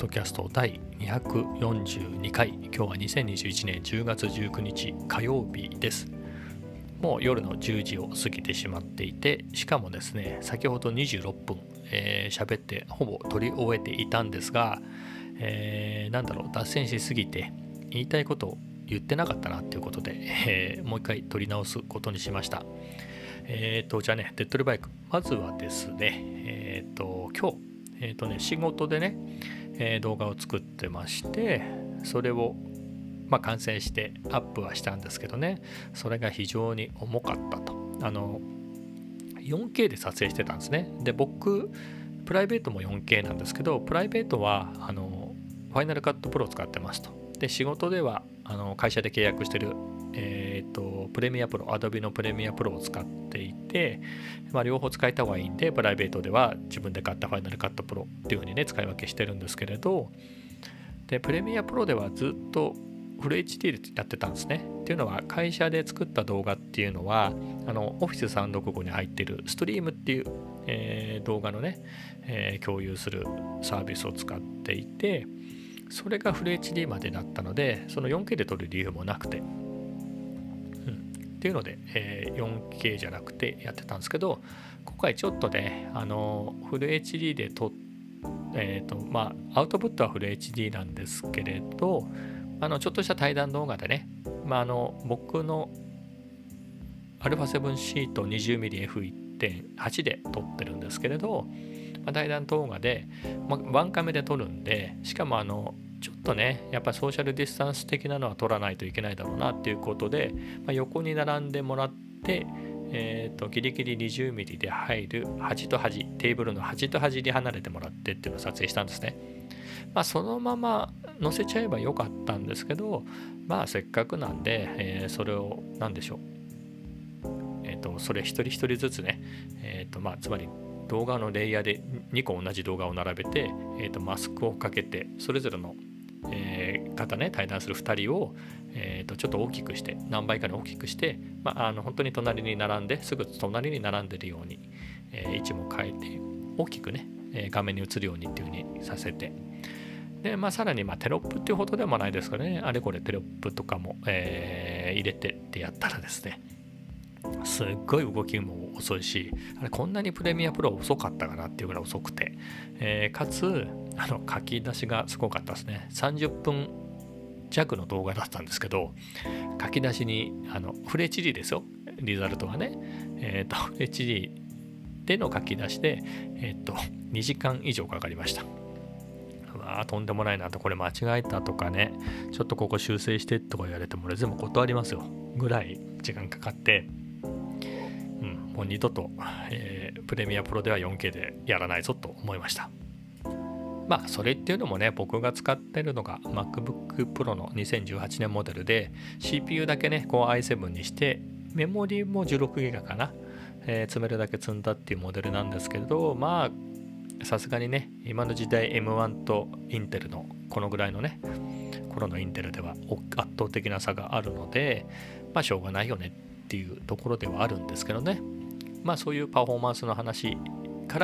ドキャスト第242回、今日は2021年10月19日火曜日です。もう夜の10時を過ぎてしまっていて、しかもですね、先ほど26分喋ってほぼ取り終えていたんですが、脱線しすぎて言いたいことを言ってなかったなということで、もう一回取り直すことにしました。じゃあね、手っ取り早く、まずはですね、今日、仕事でね、動画を作ってまして、それを完成してアップはしたんですけどね、それが非常に重かったと。4K で撮影してたんですね。で、僕プライベートも 4K なんですけど、プライベートはファイナルカットプロを使ってますと。で、仕事では会社で契約してるプレミアプロ、アドビのプレミアプロを使っていて、両方使えた方がいいんで、プライベートでは自分で買ったファイナルカットプロっていう風にね、使い分けしてるんですけれど、でプレミアプロではずっとフル HD でやってたんですね。っていうのは、会社で作った動画っていうのはオフィス365に入っているストリームっていう、動画のね、共有するサービスを使っていて、それがフル HD までだったので、その 4K で撮る理由もなくて、っていうので、4K じゃなくてやってたんですけど、今回ちょっとね、フル HD で撮アウトプットはフル HD なんですけれど、ちょっとした対談動画でね、僕の α7C と 20mmF1.8 で撮ってるんですけれど、対談動画で、ワンカメで撮るんで、しかもちょっとね、やっぱりソーシャルディスタンス的なのは撮らないといけないだろうなっていうことで、横に並んでもらって、ギリギリ 20mm で入る端と端、テーブルの端と端に離れてもらってっていうのを撮影したんですね。そのまま載せちゃえばよかったんですけど、せっかくなんで、それをそれ一人一人ずつね、つまり動画のレイヤーで2個同じ動画を並べて、マスクをかけて、それぞれの、方ね、対談する2人を、ちょっと大きくして、何倍かに大きくして、本当に隣に並んで、すぐ隣に並んでるように、位置も変えて大きくね、画面に映るようにっていう風にさせて、で、さらにテロップっていうほどでもないですかね、あれこれテロップとかも、入れてってやったらですね、すっごい動きも遅いし、あれこんなにプレミアプロ遅かったかなっていうぐらい遅くて、かつ書き出しがすごかったですね。30分弱の動画だったんですけど、書き出しにフル HD ですよ、リザルトはね、フル HD での書き出しで、2時間以上かかりました。とんでもないなと、これ間違えたとかね、ちょっとここ修正してとか言われても俺全部断りますよぐらい時間かかって、もう二度と、プレミアプロでは 4K でやらないぞと思いました。それっていうのもね、僕が使ってるのが MacBook Pro の2018年モデルで、 CPU だけねCore i7 にして、メモリも 16GB かな、積めるだけ積んだっていうモデルなんですけれど、さすがにね、今の時代 M1 とインテルのこのぐらいのね頃のインテルでは圧倒的な差があるので、しょうがないよねっていうところではあるんですけどね。そういうパフォーマンスの話から、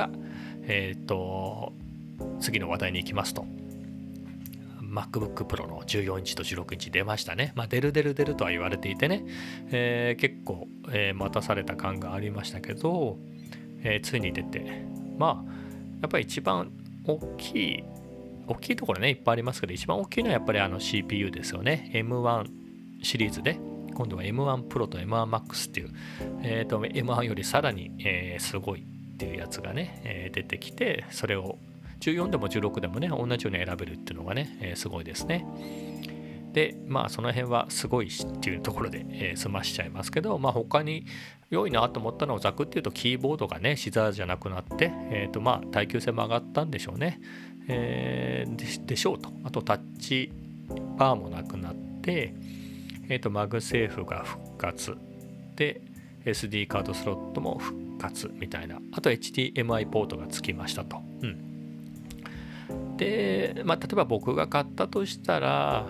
次の話題に行きますと、 MacBook Pro の14インチと16インチ出ましたね。出るとは言われていてね、結構、待たされた感がありましたけど、ついに出て、やっぱり一番大きいところねいっぱいありますけど、一番大きいのはやっぱりCPU ですよね。 M1 シリーズで、今度は M1 Pro と M1 Max っていう、M1 よりさらに、すごいっていうやつがね、出てきて、それを14でも16でもね同じように選べるっていうのがね、すごいですね。で、その辺はすごいしっていうところで、済ましちゃいますけど、他に良いなと思ったのは、ざくっていうとキーボードがねシザーじゃなくなって、耐久性も上がったんでしょうね、でしょうと。あとタッチバーもなくなって、マグセーフが復活で、 SD カードスロットも復活みたいな、あと HDMI ポートがつきましたと。で、例えば僕が買ったとしたら、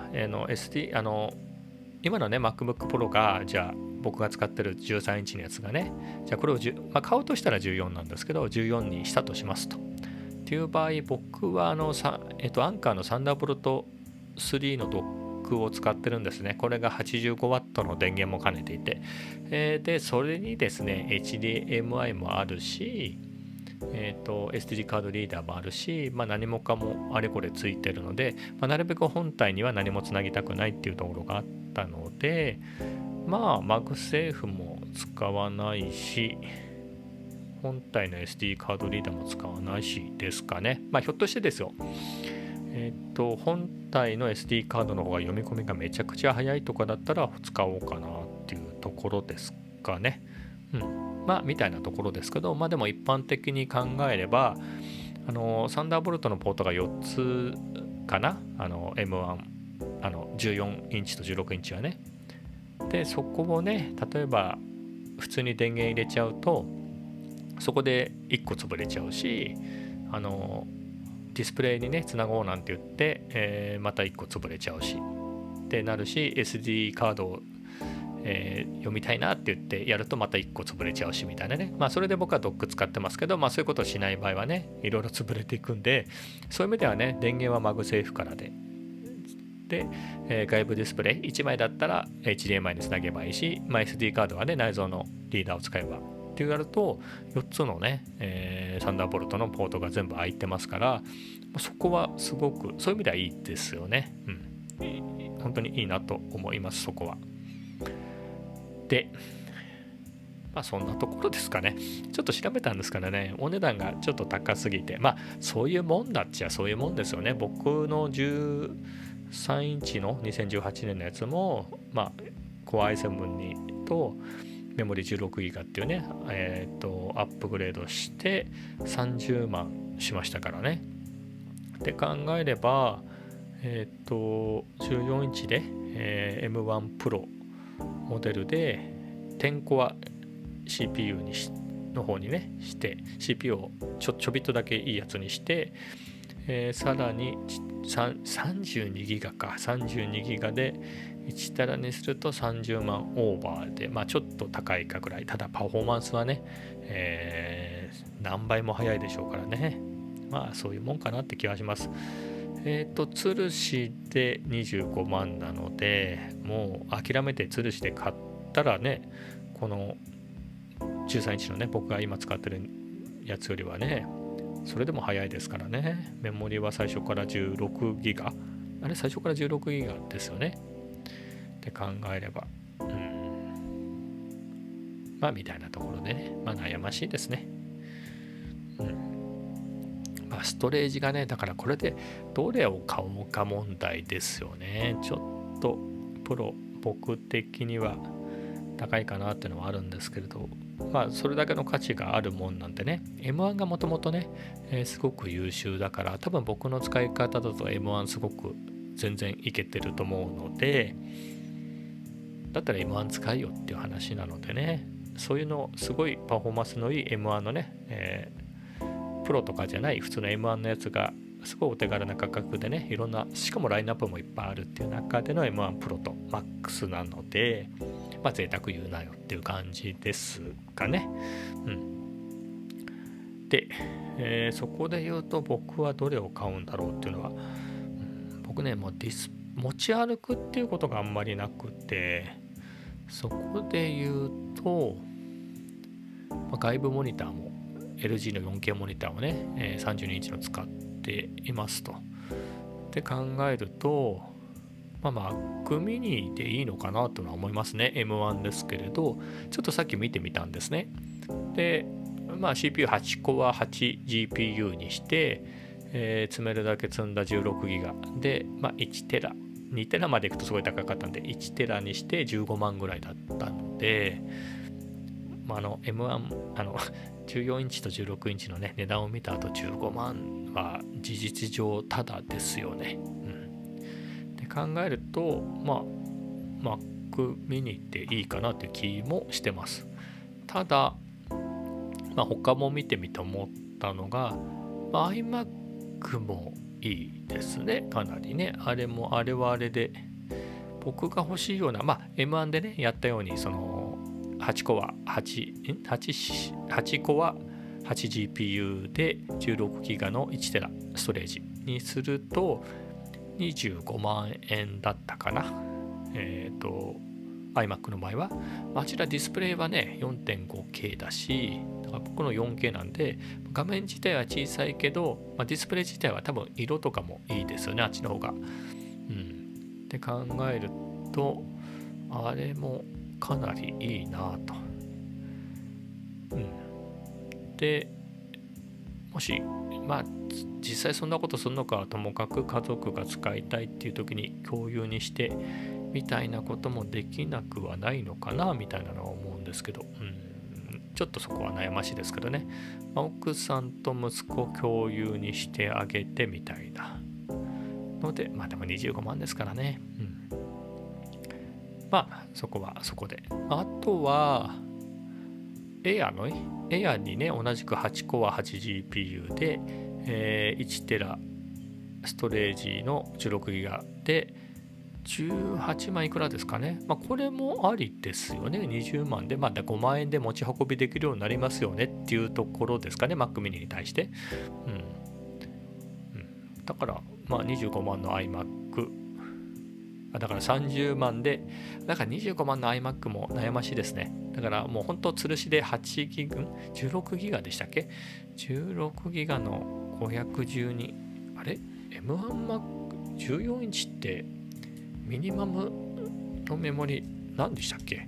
今のね MacBook Pro が、じゃあ僕が使ってる13インチのやつがね、じゃあこれを買うとしたら14なんですけど、14にしたとしますと。ってっていう場合、僕はアンカーのサンダーボルト3のドックを使ってるんですね。これが 85W の電源も兼ねていて、でそれにですね HDMI もあるし、SD カードリーダーもあるし、何もかもあれこれついてるので、なるべく本体には何もつなぎたくないっていうところがあったので、マグセーフも使わないし、本体の SD カードリーダーも使わないしですかね。ひょっとしてですよ、本体の SD カードの方が読み込みがめちゃくちゃ早いとかだったら使おうかなっていうところですかね。みたいなところですけど、でも一般的に考えれば、サンダーボルトのポートが4つかな、M1、14インチと16インチはね。で、そこをね、例えば普通に電源入れちゃうと、そこで1個潰れちゃうし、ディスプレイにねつなごうなんて言って、また1個潰れちゃうしってなるし、 SD カードを、読みたいなって言ってやるとまた1個潰れちゃうしみたいなね。それで僕はドック使ってますけど、そういうことをしない場合はねいろいろ潰れていくんで、そういう意味ではね電源はマグセーフからで、外部ディスプレイ1枚だったら HDMI につなげばいいし、SD カードはね内蔵のリーダーを使えばってやると4つのね、サンダーボルトのポートが全部空いてますから、そこはすごくそういう意味ではいいですよね。本当にいいなと思います、そこは。で、そんなところですかね。ちょっと調べたんですからね、お値段がちょっと高すぎて、そういうもんだっちゃそういうもんですよね。僕の13インチの2018年のやつも、Core i7 にとメモリ 16GB っていうね、アップグレードして30万しましたからね。って考えれば、14インチで、M1 Pro モデルで10コア CPU の方にねして CPU をちょびっとだけいいやつにして、さらに32ギガか32ギガで1テラにすると30万オーバーで、ちょっと高いかぐらい。ただパフォーマンスはね、何倍も速いでしょうからね。そういうもんかなって気がします。ツルシで25万なので、もう諦めてツルシで買ったらね、この13インチのね僕が今使ってるやつよりはねそれでも早いですからね。メモリは最初から16ギガ、最初から16ギガですよねって考えれば、みたいなところでね、悩ましいですね。ストレージがね、だからこれでどれを買おうか問題ですよね。ちょっとプロ僕的には高いかなっていうのはあるんですけれど、それだけの価値があるもんなんでね。 M1 がもともとね、すごく優秀だから、多分僕の使い方だと M1 すごく全然いけてると思うので、だったら M1 使いよっていう話なのでね、そういうのすごいパフォーマンスのいい M1 のね、プロとかじゃない普通の M1 のやつがすごいお手軽な価格でね、いろんな、しかもラインナップもいっぱいあるっていう中での M1 プロと MAX なので、贅沢言うなよっていう感じですかね。で、そこで言うと僕はどれを買うんだろうっていうのは、僕ねもう持ち歩くっていうことがあんまりなくて、そこで言うと、外部モニターも LG の 4K モニターをね、32インチの使っていますと。って考えると、Mac mini でいいのかなとは思いますね。 M1 ですけれど、ちょっとさっき見てみたんですね。で、CPU8 コア 8GPU にして、積めるだけ積んだ16ギガで、1テラ2テラまでいくとすごい高かったんで1テラにして15万ぐらいだったので、M1 14インチと16インチのね値段を見た後15万は事実上タダですよね。で考えるとMac mini っていいかなっていう気もしてます。ただ他も見てみて思ったのが、iMac もいいですね。かなりね、あれはあれで僕が欲しいような、M1 でねやったようにその8コア 8GPU で 16GB の 1TB ストレージにすると25万円だったかな。iMac の場合はあちらディスプレイはね 4.5K だし、だから僕の 4K なんで画面自体は小さいけど、ディスプレイ自体は多分色とかもいいですよね、あっちの方が。って考えるとあれもかなりいいなと。でもし実際そんなことするのかはともかく、家族が使いたいっていう時に共有にしてみたいなこともできなくはないのかなみたいなのは思うんですけど、ちょっとそこは悩ましいですけどね。奥さんと息子共有にしてあげてみたいなので、でも25万ですからね。そこはそこで。あとはエアにね、同じく8コア 8GPU で、1テラストレージの 16GB で18万いくらですかね。これもありですよね。20万で、5万円で持ち運びできるようになりますよねっていうところですかね、Mac mini に対して。だから、25万の iMac、だから30万で、だから25万の iMac も悩ましいですね。だからもう本当吊るしで8ギガ、16ギガでしたっけ ?16 ギガの512、あれ ?M1Mac 14インチってミニマムのメモリ何でしたっけ？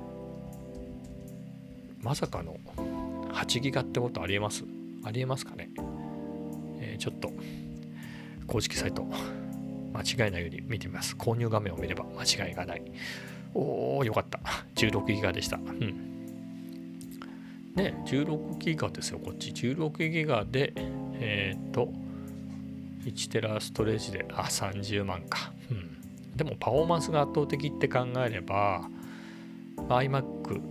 まさかの8ギガってことありえますかね？ちょっと公式サイト間違いないように見てみます。購入画面を見れば間違いがない。おー、よかった。16ギガでした。16ギガですよ、こっち。16ギガで、1テラストレージで、30万か。でもパフォーマンスが圧倒的って考えれば、iMac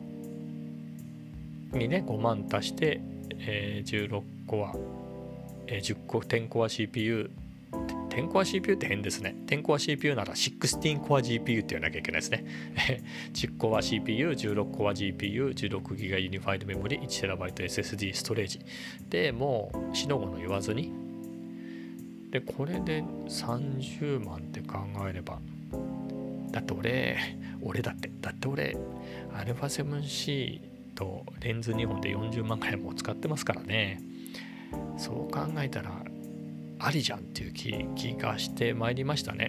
にね、5万足して、16コア、10コ10コア CPU、10コア CPU って変ですね。10コア CPU なら16コア GPU って言わなきゃいけないですね。10コア CPU、16コア GPU、16GB ユニファイドメモリ、1TB SSD ストレージ。で、もう、しのごの言わずに。で、これで30万って考えれば、だって俺、α7C とレンズ2本で40万回も使ってますからね。そう考えたら、ありじゃんっていう気がしてまいりましたね。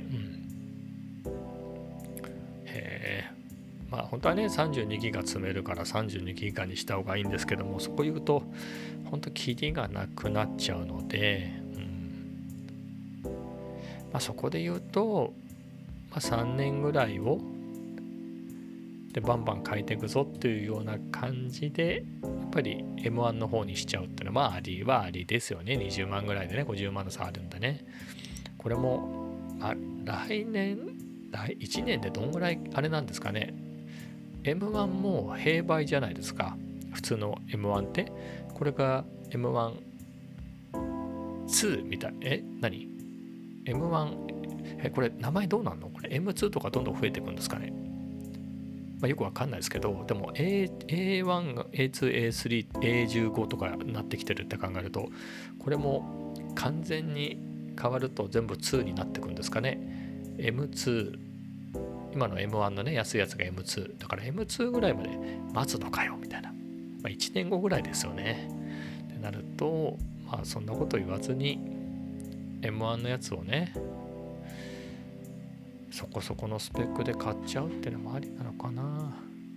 本当はね32ギガ積めるから32ギガにした方がいいんですけども、そこ言うと本当キリがなくなっちゃうので、そこで言うと、3年ぐらいをでバンバン変えていくぞっていうような感じでやっぱり M1 の方にしちゃうっていうのはありはありですよね。20万ぐらいでね、50万の差あるんだね。これも、来年1年でどんぐらいあれなんですかね。 M1 も併売じゃないですか、普通の M1 って。これが M12 みたい。何 M1 これ名前どうなんの？これ M2 とかどんどん増えていくんですかね。よくわかんないですけど、でも A1、A2、A3、A15 とかなってきてるって考えると、これも完全に変わると全部2になってくんですかね。M2、今の M1 のね、安いやつが M2。だから M2 ぐらいまで待つのかよ、みたいな。1年後ぐらいですよね。ってなると、そんなこと言わずに、M1 のやつをね、そこそこのスペックで買っちゃうっていうのもありなのかな。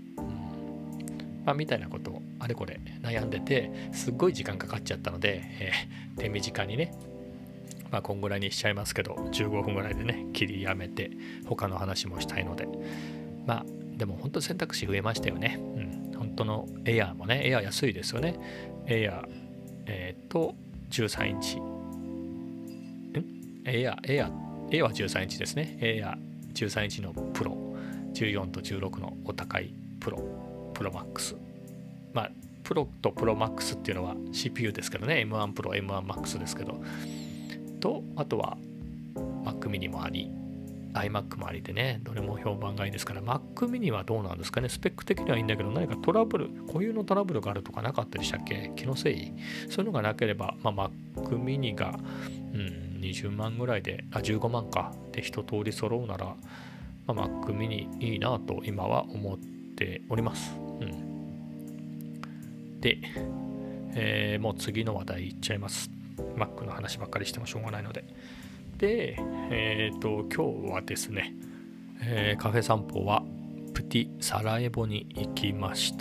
みたいなことをあれこれ悩んでて、すっごい時間かかっちゃったので、手短にね、こんぐらいにしちゃいますけど、15分ぐらいでね切りやめて他の話もしたいので、でも本当選択肢増えましたよね。本当のエアーもね、エアー安いですよね。エアー、13インチエアーは13インチですね。エアー13インチのプロ、14と16のお高いプロマックス。プロとプロマックスっていうのは CPU ですけどね、M1 プロ、M1 マックスですけど、とあとは Mac mini もあり、 iMac もありでね、どれも評判がいいですから、Mac mini はどうなんですかね。スペック的にはいいんだけど、何かトラブル、固有のトラブルがあるとかなかったでしたっけ？気のせい？そういうのがなければ、Mac mini が、20万ぐらいで、15万か。で、一通り揃うなら、Mac mini いいなと今は思っております。で、もう次の話題いっちゃいます。Mac の話ばっかりしてもしょうがないので。で、今日はですね、カフェ散歩はプティサラエボに行きました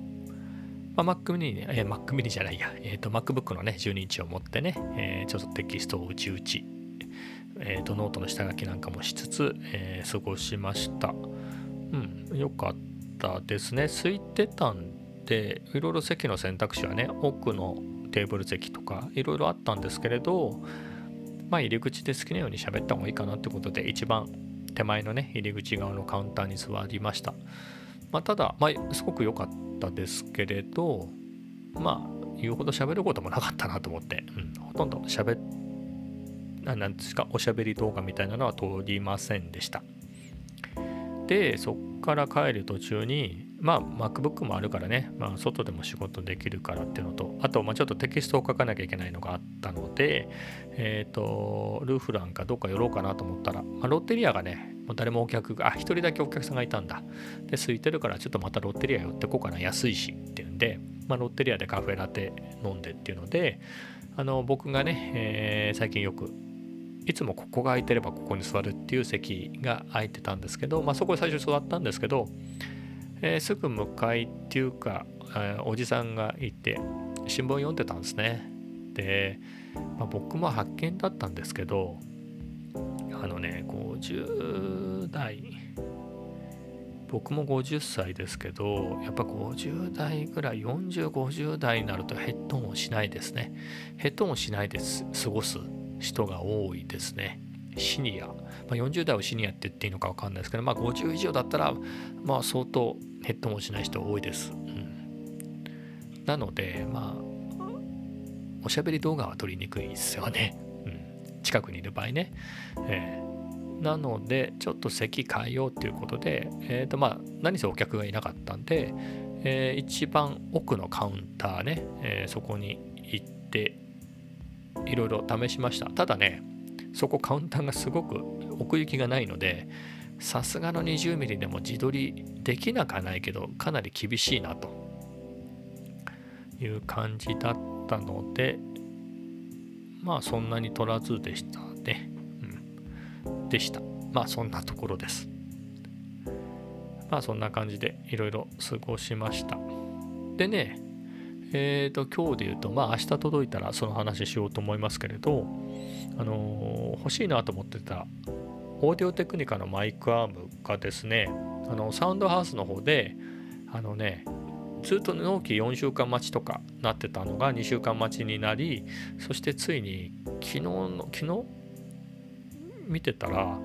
。Mac mini ね、Mac mini じゃないや、MacBook のね、12インチを持ってね、ちょっとテキストを打ち、ノートの下書きなんかもしつつ、過ごしました。よかったですね。空いてたんで、いろいろ席の選択肢はね、奥のテーブル席とかいろいろあったんですけれど、入り口で好きなように喋った方がいいかなってことで、一番手前のね、入り口側のカウンターに座りました。ただ、すごく良かったですけれど、言うほど喋ることもなかったなと思って、ほとんどなんですか、おしゃべり動画みたいなのは撮りませんでした。で、そっから帰る途中に、MacBook もあるからね、外でも仕事できるからっていうのと、あと、ちょっとテキストを書かなきゃいけないのがあったので、ルーフランかどっか寄ろうかなと思ったら、ロッテリアがね、もう誰も一人だけお客さんがいたんだ。で、空いてるからちょっとまたロッテリア寄ってこうかな、安いしっていうんで、ロッテリアでカフェラテ飲んでっていうので、僕がね、最近よく、いつもここが空いてればここに座るっていう席が空いてたんですけど、そこで最初座ったんですけど、すぐ向かいっていうか、おじさんがいて新聞読んでたんですね。で、僕も発見だったんですけど、50代、僕も50歳ですけど、やっぱ50代ぐらい、40、50代になるとヘッドホンをしないですね。ヘッドホンをしないで過ごす人が多いですね。シニア、40代をシニアって言っていいのか分かんないですけど、50以上だったら相当ヘッドホンしない人多いです。なのでおしゃべり動画は撮りにくいですよね。近くにいる場合ね。なのでちょっと席変えようということで、何せお客がいなかったんで、一番奥のカウンターね、そこに行っていろいろ試しました。ただね、そこカウンターがすごく奥行きがないので、さすがの20ミリでも自撮りできなくはないけど、かなり厳しいなという感じだったので、そんなに撮らずでしたね。でした。そんなところです。そんな感じでいろいろ過ごしました。でね、今日で言うと、明日届いたらその話しようと思いますけれど、欲しいなと思ってたオーディオテクニカのマイクアームがですね、サウンドハウスの方でずっと納期4週間待ちとかなってたのが2週間待ちになり、そしてついに昨日見てたら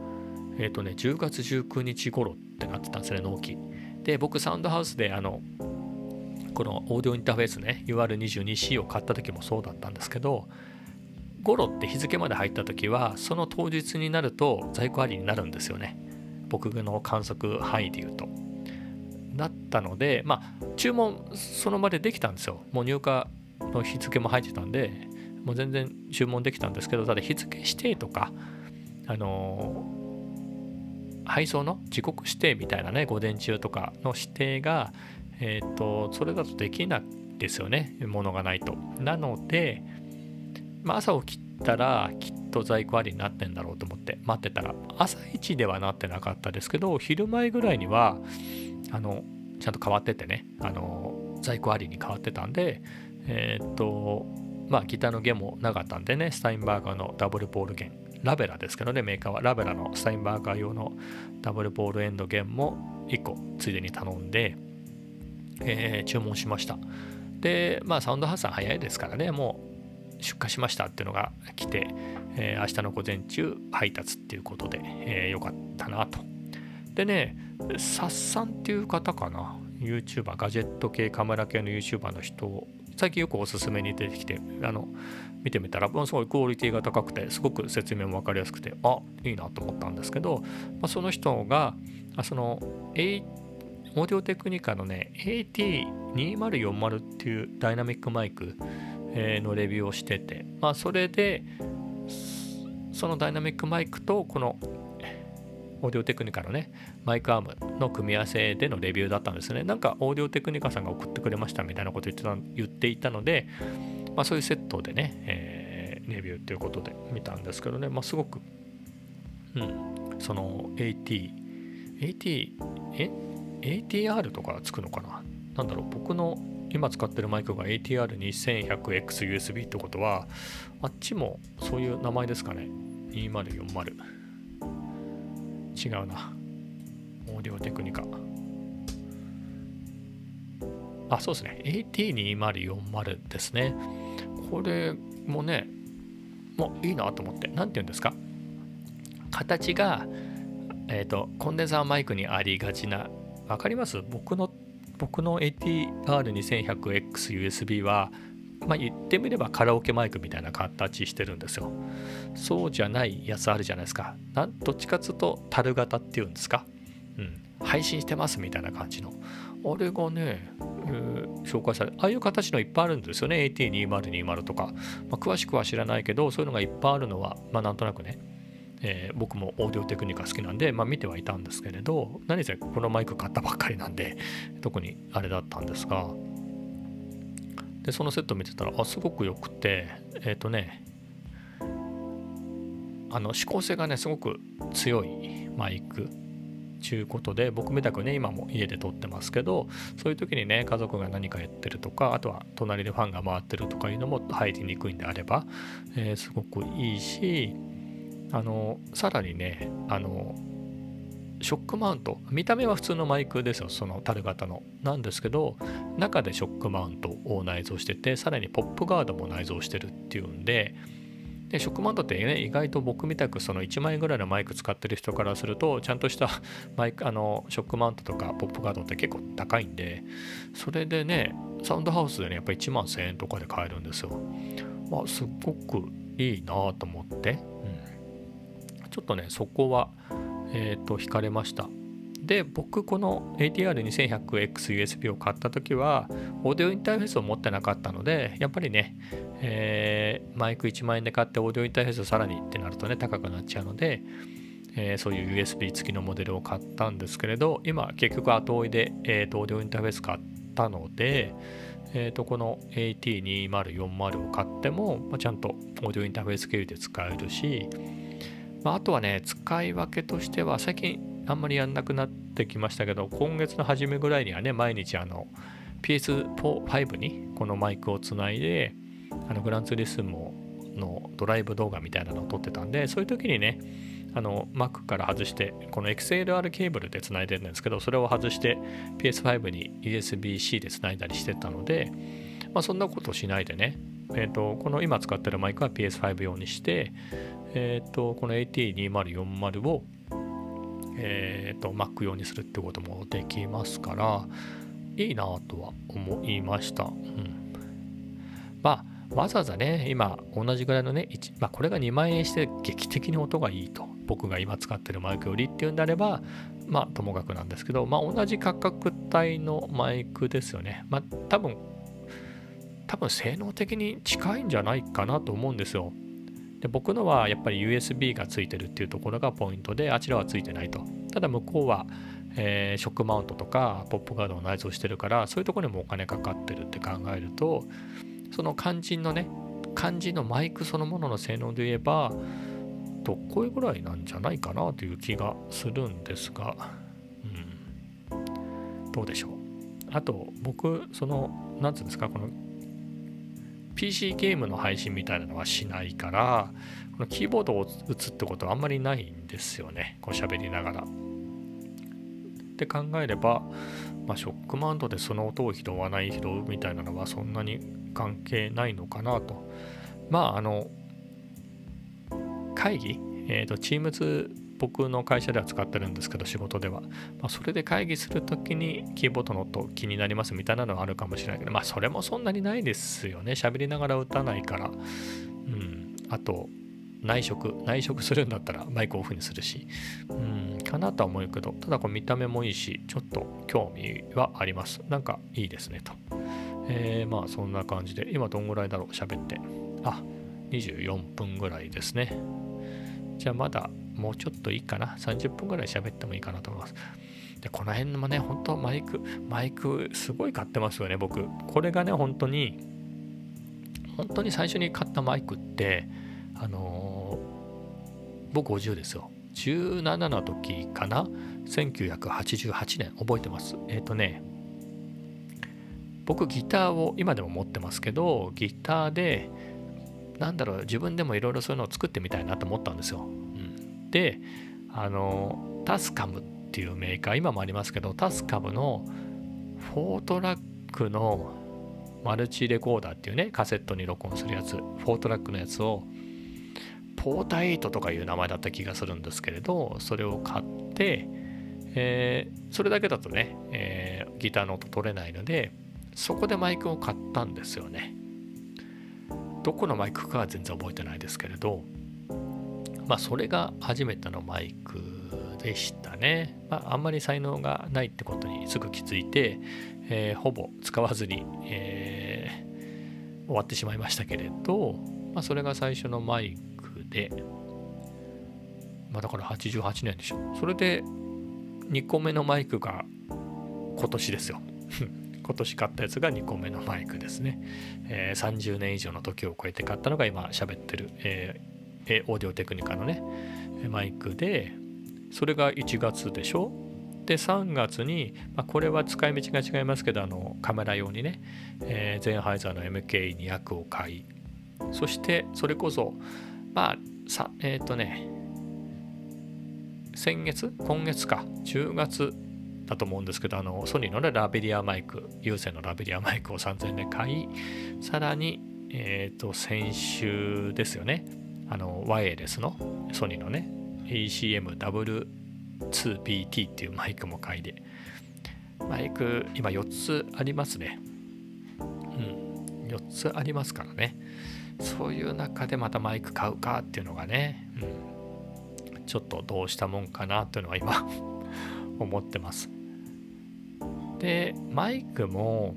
10月19日頃ってなってたんですね、納期で。僕サウンドハウスでこのオーディオインターフェースね UR22C を買った時もそうだったんですけど、頃って日付まで入った時はその当日になると在庫ありになるんですよね、僕の観測範囲で言うと。だったので注文その場でできたんですよ。もう入荷の日付も入ってたんで、もう全然注文できたんですけど、ただ日付指定とか配送の時刻指定みたいなね、午前中とかの指定がそれだとできないですよね、物がないと。なので朝起きたらきっと在庫ありになってんだろうと思って待ってたら、朝一ではなってなかったですけど、昼前ぐらいにはちゃんと変わっててね、在庫ありに変わってたんで、ギターの弦もなかったんでね、スタインバーガーのダブルボール弦、ラベラですけどね、メーカーはラベラのスタインバーガー用のダブルボールエンド弦も1個ついでに頼んで、注文しました。でサウンドハウスは早いですからね、もう出荷しましたっていうのが来て、明日の午前中配達っていうことで、よかったなと。でね、サッさんっていう方かな、YouTuber、ガジェット系カメラ系の YouTuber の人最近よくおすすめに出てきて見てみたらすごいクオリティが高くてすごく説明も分かりやすくていいなと思ったんですけど、その人がそのオーディオテクニカのね AT2040 っていうダイナミックマイクのレビューをしてて、それでそのダイナミックマイクとこのオーディオテクニカのねマイクアームの組み合わせでのレビューだったんですね。なんかオーディオテクニカさんが送ってくれましたみたいなこと言っていたので、そういうセットでね、レビューっていうことで見たんですけどね、すごく、その ATR とかつくのかな、なんだろう、僕の今使ってるマイクが ATR2100XUSB ってことはあっちもそういう名前ですかね。2040違うな、オーディオテクニカ、そうですね AT2040 ですね。これもねいいなと思って、なんていうんですか、形がコンデンサーマイクにありがちな、わかります？僕の ATR2100XUSB は言ってみればカラオケマイクみたいな形してるんですよ。そうじゃないやつあるじゃないですか。どっちかっていうと樽型っていうんですか、配信してますみたいな感じのあれがね、紹介されああいう形のいっぱいあるんですよね。 AT2020 とか、詳しくは知らないけどそういうのがいっぱいあるのはなんとなくね、僕もオーディオテクニカ好きなんで、見てはいたんですけれど、何せこのマイク買ったばっかりなんで特にあれだったんですが、でそのセット見てたらすごくよくて、指向性がねすごく強いマイクということで、僕みたくね今も家で撮ってますけど、そういう時にね家族が何かやってるとか、あとは隣でファンが回ってるとかいうのも入りにくいんであれば、すごくいいし、さらにねショックマウント、見た目は普通のマイクですよ、その樽型のなんですけど、中でショックマウントを内蔵してて、さらにポップガードも内蔵してるっていうんで、ショックマウントってね意外と僕みたくその1万円ぐらいのマイク使ってる人からするとちゃんとしたマイクショックマウントとかポップガードって結構高いんで、それでねサウンドハウスでねやっぱり1万1000円とかで買えるんですよ。すっごくいいなと思って、ちょっとねそこは惹かれました。で僕この ATR2100XUSB を買った時はオーディオインターフェースを持ってなかったので、やっぱりね、マイク1万円で買ってオーディオインターフェースさらにってなるとね高くなっちゃうので、そういう USB 付きのモデルを買ったんですけれど、今結局後追いで、オーディオインターフェース買ったので、この AT2040 を買っても、ちゃんとオーディオインターフェース経由で使えるし、あとはね使い分けとしては最近あんまりやんなくなってきましたけど、今月の初めぐらいにはね毎日PS5 にこのマイクをつないでグランツーリスモのドライブ動画みたいなのを撮ってたんで、そういう時にねMac から外してこの XLR ケーブルでつないでるんですけど、それを外して PS5 に USB-C でつないだりしてたので、そんなことしないでね、この今使ってるマイクは PS5 用にして、この AT2040 をMac 用にするってこともできますからいいなとは思いました。わざわざね今同じぐらいのね、これが2万円して劇的に音がいいと僕が今使ってるマイクよりっていうんであればともかくなんですけど、同じ価格帯のマイクですよね。多分性能的に近いんじゃないかなと思うんですよ。で僕のはやっぱり USB がついてるっていうところがポイントで、あちらはついてないと。ただ向こうは、ショックマウントとかポップガードを内蔵してるから、そういうところにもお金かかってるって考えると、その肝心のマイクそのものの性能で言えばどこいぐらいなんじゃないかなという気がするんですが、どうでしょう。あと僕なんつうんですか、このPC ゲームの配信みたいなのはしないから、このキーボードを打つってことはあんまりないんですよね、こう喋りながら。って考えれば、ショックマウントでその音を拾うみたいなのはそんなに関係ないのかなと。会議、Teams 僕の会社では使ってるんですけど、仕事では、それで会議するときにキーボードの音気になりますみたいなのはあるかもしれないけど、それもそんなにないですよね。喋りながら打たないから。あと内職するんだったらマイクオフにするし、かなとは思うけど、ただこう見た目もいいし、ちょっと興味はあります。なんかいいですねと。そんな感じで、今どんぐらいだろう喋って。24分ぐらいですね。じゃあまだもうちょっといいかな。30分ぐらい喋ってもいいかなと思います。で、この辺もね、本当マイクすごい買ってますよね、僕。これがね、本当に最初に買ったマイクって、僕50ですよ。17の時かな。1988年、覚えてます。僕ギターを今でも持ってますけど、ギターで自分でもいろいろそういうのを作ってみたいなと思ったんですよ。で、タスカムっていうメーカー、今もありますけど、タスカムの4トラックのマルチレコーダーっていうね、カセットに録音するやつ、4トラックのやつをポータ8とかいう名前だった気がするんですけれど、それを買って、それだけだとね、ギターの音取れないので、そこでマイクを買ったんですよね。どこのマイクかは全然覚えてないですけれど、それが初めてのマイクでしたね。あんまり才能がないってことにすぐ気づいて、ほぼ使わずに、終わってしまいましたけれど、それが最初のマイクで、だから88年でしょ。それで2個目のマイクが今年ですよ。今年買ったやつが2個目のマイクですね。30年以上の時を超えて買ったのが今喋ってる、オーディオテクニカのねマイクで、それが1月でしょ。で3月に、これは使い道が違いますけど、カメラ用にね、ゼンハイザーの MK200 を買い、そしてそれこそ今月か10月だと思うんですけど、ソニーのねラベリアマイク、有線のラベリアマイクを3000円で買い、さらに先週ですよね、ワイヤレスのソニーのね ACM-W2BT っていうマイクも買いで、マイク今4つありますね。4つありますからね。そういう中でまたマイク買うかっていうのがね、ちょっとどうしたもんかなというのは今思ってます。でマイクも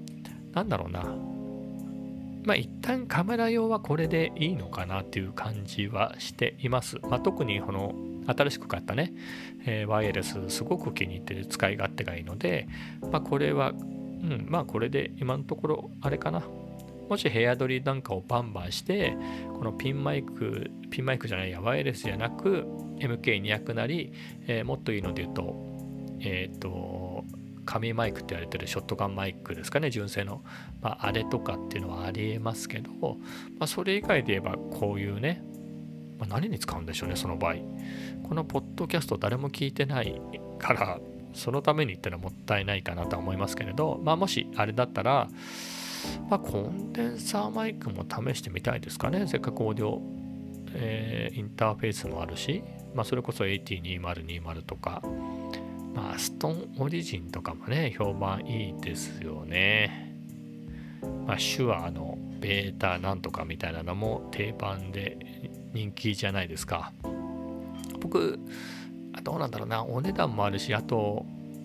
一旦カメラ用はこれでいいのかなっていう感じはしています。特にこの新しく買ったね、ワイヤレスすごく気に入ってる、使い勝手がいいので、これはこれで今のところあれかな。もし部屋撮りなんかをバンバンして、このピンマイクじゃないや、ワイヤレスじゃなく MK200 なり、もっといいので言うと紙マイクって言われてるショットガンマイクですかね、純正の、あれとかっていうのはありえますけど、それ以外で言えばこういうね、何に使うんでしょうね、その場合。このポッドキャスト誰も聞いてないから、そのためにってのはもったいないかなとは思いますけれど、もしあれだったら、コンデンサーマイクも試してみたいですかね。せっかくオーディオ、インターフェースもあるし、それこそ AT2020 とか、ストーンオリジンとかもね、評判いいですよね。手話のベータなんとかみたいなのも定番で人気じゃないですか。僕、どうなんだろうな、お値段もあるし、あと、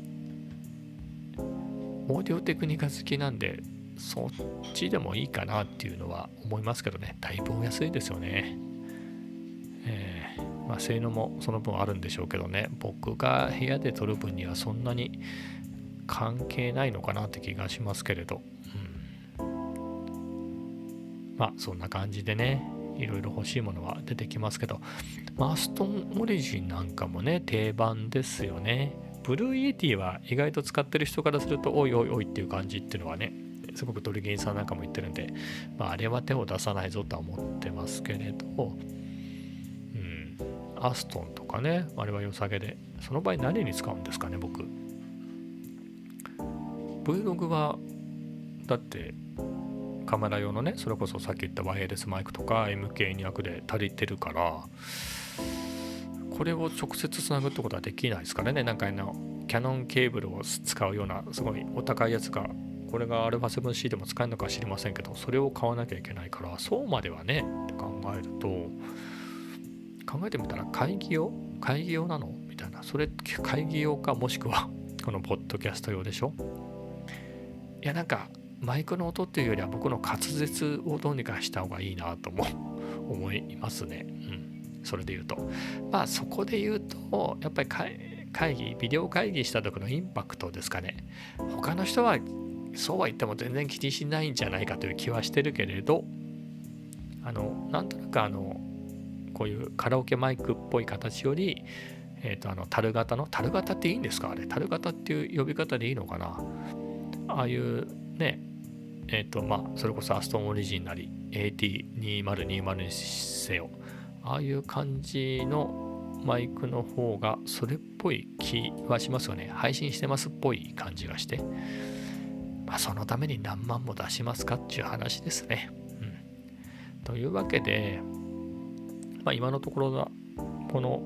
オーディオテクニカ好きなんで、そっちでもいいかなっていうのは思いますけどね。だいぶお安いですよね。性能もその分あるんでしょうけどね、僕が部屋で撮る分にはそんなに関係ないのかなって気がしますけれど、そんな感じでね、いろいろ欲しいものは出てきますけど、ストーンオリジンなんかもね定番ですよね。ブルーイエティは意外と使ってる人からするとおいおいおいっていう感じっていうのはね、すごく鳥銀さんなんかも言ってるんで、あれは手を出さないぞとは思ってますけれど、アストンとかね、あれは良さげで、その場合何に使うんですかね、僕。Vlog はだってカメラ用のね、それこそさっき言ったワイヤレスマイクとか MK200 で足りてるから、 これを直接つなぐってことはできないですからね。なんかキャノンケーブルを使うようなすごいお高いやつが、これが α7C でも使えるのかは知りませんけど、それを買わなきゃいけないから、そうまではねって考えると、考えてみたら会議用なのみたいな。それ会議用か、もしくはこのポッドキャスト用でしょ。いや、なんかマイクの音っていうよりは僕の滑舌をどうにかした方がいいなとも思いますね。それで言うと、まあそこで言うとやっぱりビデオ会議した時のインパクトですかね。他の人はそうは言っても全然気にしないんじゃないかという気はしてるけれど、なんとなくこういうカラオケマイクっぽい形より、樽型っていいんですか、あれ樽型っていう呼び方でいいのかな。ああいうね、それこそアストンオリジンなり AT2020 にせよ、ああいう感じのマイクの方がそれっぽい気はしますよね。配信してますっぽい感じがして、そのために何万も出しますかっていう話ですね。というわけで、今のところはこの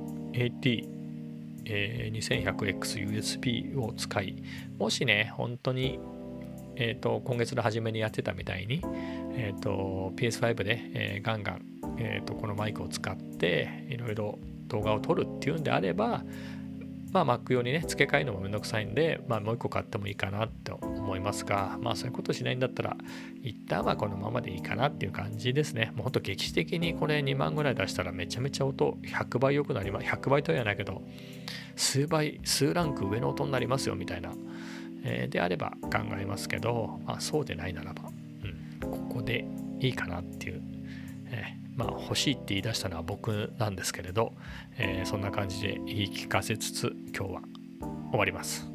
AT2100X USB を使い、もしね本当に今月の初めにやってたみたいに、PS5 で、ガンガン、このマイクを使っていろいろ動画を撮るっていうんであれば、Mac 用にね付け替えるのもめんどくさいんで、もう一個買ってもいいかなって思いますが、そういうことしないんだったら一旦はこのままでいいかなっていう感じですね。もうほんと劇的にこれ2万ぐらい出したらめちゃめちゃ音100倍良くなります。100倍とは言わないけど数ランク上の音になりますよみたいな、であれば考えますけど、そうでないならば、ここでいいかなっていう、欲しいって言い出したのは僕なんですけれど、そんな感じで言い聞かせつつ今日は終わります。